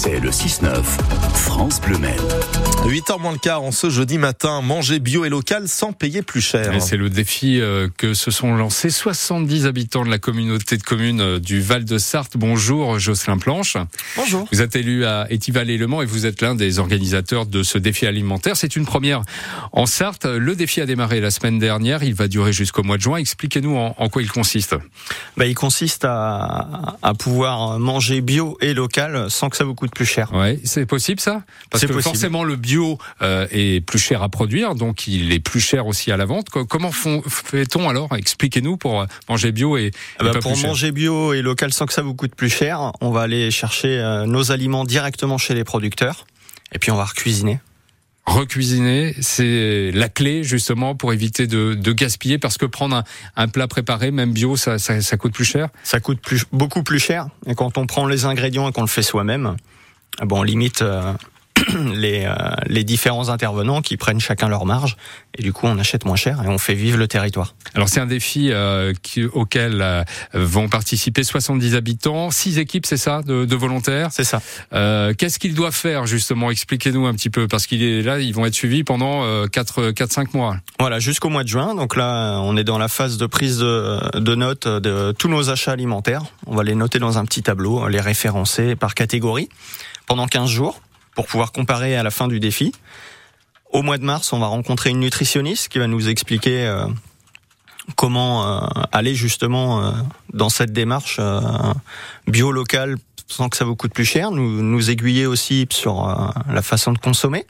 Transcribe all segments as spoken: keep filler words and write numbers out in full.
C'est le six neuf, France Bleu Maine. huit heures moins le quart en ce jeudi matin, manger bio et local sans payer plus cher. Et c'est le défi que se sont lancés soixante-dix habitants de la communauté de communes du Val de Sarthe. Bonjour Jocelyn Planche. Bonjour. Vous êtes élu à Étival-et-Le Mans et vous êtes l'un des organisateurs de ce défi alimentaire. C'est une première en Sarthe. Le défi a démarré la semaine dernière. Il va durer jusqu'au mois de juin. Expliquez-nous en, en quoi il consiste. Bah, il consiste à, à pouvoir manger bio et local sans que ça vous coûte plus cher. Ouais, c'est possible ça ? Parce c'est que possible. Forcément le bio euh, est plus cher à produire, donc il est plus cher aussi à la vente. Comment font, fait-on alors ? Expliquez-nous pour manger bio et, et bah, pas pour plus cher. manger bio et local sans que ça vous coûte plus cher, on va aller chercher euh, nos aliments directement chez les producteurs et puis on va recuisiner. Recuisiner, c'est la clé justement pour éviter de, de gaspiller, parce que prendre un, un plat préparé, même bio, ça, ça, ça coûte plus cher. Ça coûte plus, beaucoup plus cher. Et quand on prend les ingrédients et qu'on le fait soi-même, bon, on limite euh, les, euh, les différents intervenants qui prennent chacun leur marge. Et du coup, on achète moins cher et on fait vivre le territoire. Alors c'est un défi euh, qui, auquel euh, vont participer soixante-dix habitants, six équipes, c'est ça, de, de volontaires. C'est ça. Euh, qu'est-ce qu'ils doivent faire justement ? Expliquez-nous un petit peu, parce qu'il est là, ils vont être suivis pendant euh, quatre cinq mois. Voilà, jusqu'au mois de juin. Donc là, on est dans la phase de prise de, de notes de tous nos achats alimentaires. On va les noter dans un petit tableau, les référencer par catégorie pendant quinze jours pour pouvoir comparer à la fin du défi. Au mois de mars, on va rencontrer une nutritionniste qui va nous expliquer euh, comment euh, aller justement euh, dans cette démarche euh, bio local sans que ça vous coûte plus cher, nous, nous aiguiller aussi sur euh, la façon de consommer.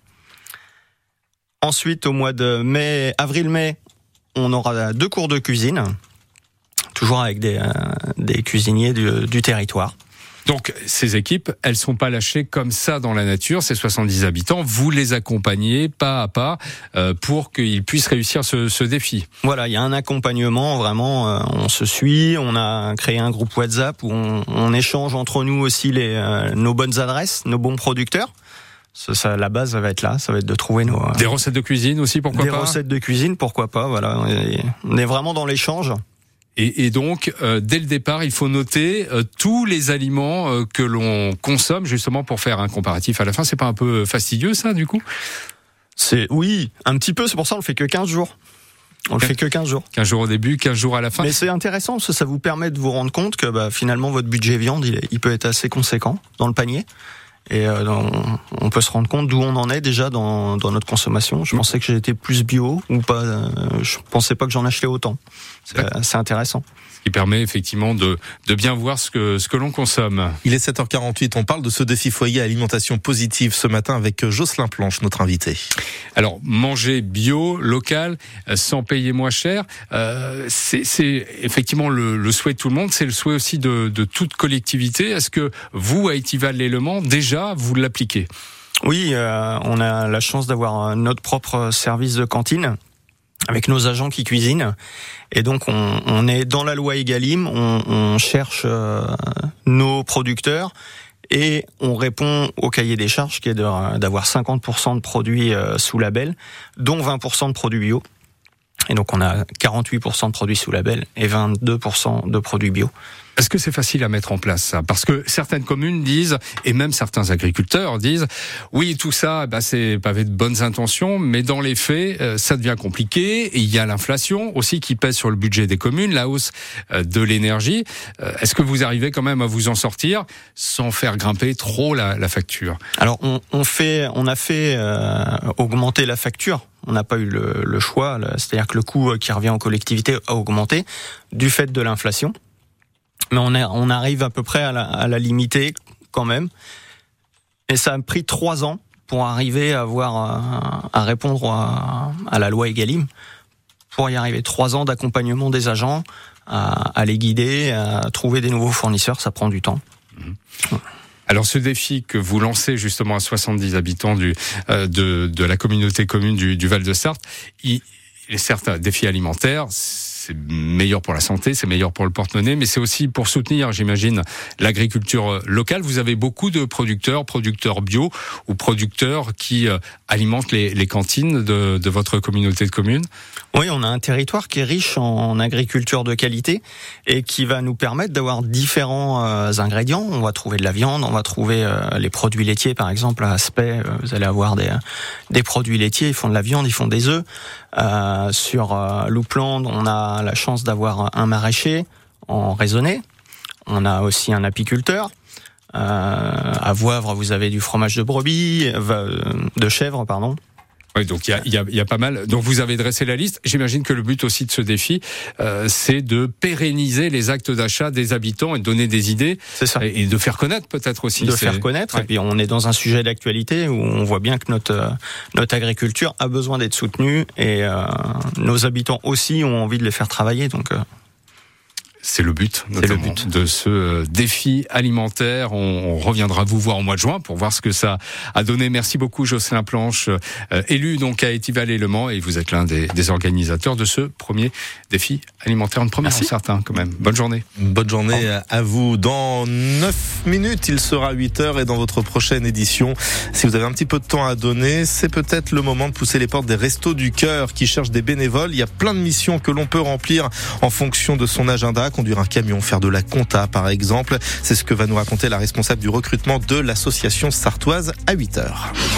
Ensuite, au mois de mai, avril-mai, on aura deux cours de cuisine, toujours avec des, euh, des cuisiniers du, du territoire. Donc, ces équipes, elles sont pas lâchées comme ça dans la nature. Ces soixante-dix habitants, vous les accompagnez pas à pas euh, pour qu'ils puissent réussir ce, ce défi. Voilà, il y a un accompagnement, vraiment, euh, on se suit. On a créé un groupe WhatsApp où on, on échange entre nous aussi les, euh, nos bonnes adresses, nos bons producteurs. Ça, ça, la base, ça va être là, ça va être de trouver nos... Euh, des recettes de cuisine aussi, pourquoi des pas ? Des recettes de cuisine, pourquoi pas, voilà. On est vraiment dans l'échange. Et, et donc, euh, dès le départ, il faut noter euh, tous les aliments euh, que l'on consomme, justement pour faire un comparatif à la fin. C'est pas un peu fastidieux, ça, du coup ? C'est Oui, un petit peu, c'est pour ça qu'on le fait que quinze jours. On le fait que quinze jours. quinze jours au début, quinze jours à la fin. Mais c'est intéressant, parce que ça vous permet de vous rendre compte que bah, finalement, votre budget viande, il, est, il peut être assez conséquent dans le panier. Et euh, on, on peut se rendre compte d'où on en est déjà dans, dans notre consommation. Je pensais que j'étais plus bio ou pas. Euh, je pensais pas que j'en achetais autant. C'est, euh, c'est intéressant. Ce qui permet effectivement de, de bien voir ce que, ce que l'on consomme. Il est sept heures quarante-huit. On parle de ce défi foyer alimentation positive ce matin avec Jocelyn Planche, notre invité. Alors, manger bio, local, sans payer moins cher, euh, c'est, c'est effectivement le, le souhait de tout le monde. C'est le souhait aussi de, de toute collectivité. Est-ce que vous, à Étival-et-Le Mans, déjà, vous l'appliquez ? Oui, euh, on a la chance d'avoir notre propre service de cantine avec nos agents qui cuisinent. Et donc, on, on est dans la loi Egalim, on, on cherche euh, nos producteurs et on répond au cahier des charges qui est de, d'avoir cinquante pour cent de produits euh, sous label, dont vingt pour cent de produits bio. Et donc, on a quarante-huit pour cent de produits sous label et vingt-deux pour cent de produits bio. Est-ce que c'est facile à mettre en place, ça ? Parce que certaines communes disent, et même certains agriculteurs disent, oui, tout ça, bah, c'est pavé de bonnes intentions, mais dans les faits, euh, ça devient compliqué. Et il y a l'inflation aussi qui pèse sur le budget des communes, la hausse euh, de l'énergie. Euh, est-ce que vous arrivez quand même à vous en sortir sans faire grimper trop la, la facture ? Alors, on, on fait, on a fait euh, augmenter la facture. On n'a pas eu le, le choix, c'est-à-dire que le coût qui revient aux collectivités a augmenté du fait de l'inflation. Mais on, est, on arrive à peu près à la, à la limiter quand même. Et ça a pris trois ans pour arriver à, avoir, à, à répondre à, à la loi Egalim. Pour y arriver, trois ans d'accompagnement des agents, à, à les guider, à trouver des nouveaux fournisseurs, ça prend du temps. Mmh. Alors ce défi que vous lancez justement à soixante-dix habitants du, euh, de, de la communauté commune du, du Val de Sarthe, il, il est certes un défi alimentaire, c'est meilleur pour la santé, c'est meilleur pour le porte-monnaie, mais c'est aussi pour soutenir, j'imagine, l'agriculture locale. Vous avez beaucoup de producteurs, producteurs bio ou producteurs qui euh, alimentent les, les cantines de, de votre communauté de communes ? Oui, on a un territoire qui est riche en agriculture de qualité et qui va nous permettre d'avoir différents euh, ingrédients. On va trouver de la viande, on va trouver euh, les produits laitiers, par exemple à Aspet, euh, vous allez avoir des des produits laitiers. Ils font de la viande, ils font des œufs. Euh, sur euh, Loupland, on a la chance d'avoir un maraîcher en raisonné. On a aussi un apiculteur. Euh, à Voivre, vous avez du fromage de brebis, euh, de chèvre, pardon. Oui, donc il y a, y, a, y a pas mal. Donc vous avez dressé la liste. J'imagine que le but aussi de ce défi, euh, c'est de pérenniser les actes d'achat des habitants et de donner des idées. C'est ça. Et, et de faire connaître peut-être aussi. De c'est... faire connaître. Ouais. Et puis on est dans un sujet d'actualité où on voit bien que notre euh, notre agriculture a besoin d'être soutenue et euh, nos habitants aussi ont envie de les faire travailler. Donc euh... C'est le but, notamment, le but de ce défi alimentaire. On, on reviendra vous voir au mois de juin pour voir ce que ça a donné. Merci beaucoup, Jocelyn Planche, euh, élu donc à Étival-et-Le Mans, et vous êtes l'un des, des organisateurs de ce premier défi alimentaire. Une première pour certains, quand même. Bonne journée. Bonne journée à vous. Dans neuf minutes, il sera huit heures, et dans votre prochaine édition, si vous avez un petit peu de temps à donner, c'est peut-être le moment de pousser les portes des Restos du Cœur qui cherchent des bénévoles. Il y a plein de missions que l'on peut remplir en fonction de son agenda. Conduire un camion, faire de la compta par exemple. C'est ce que va nous raconter la responsable du recrutement de l'association sartoise à huit heures.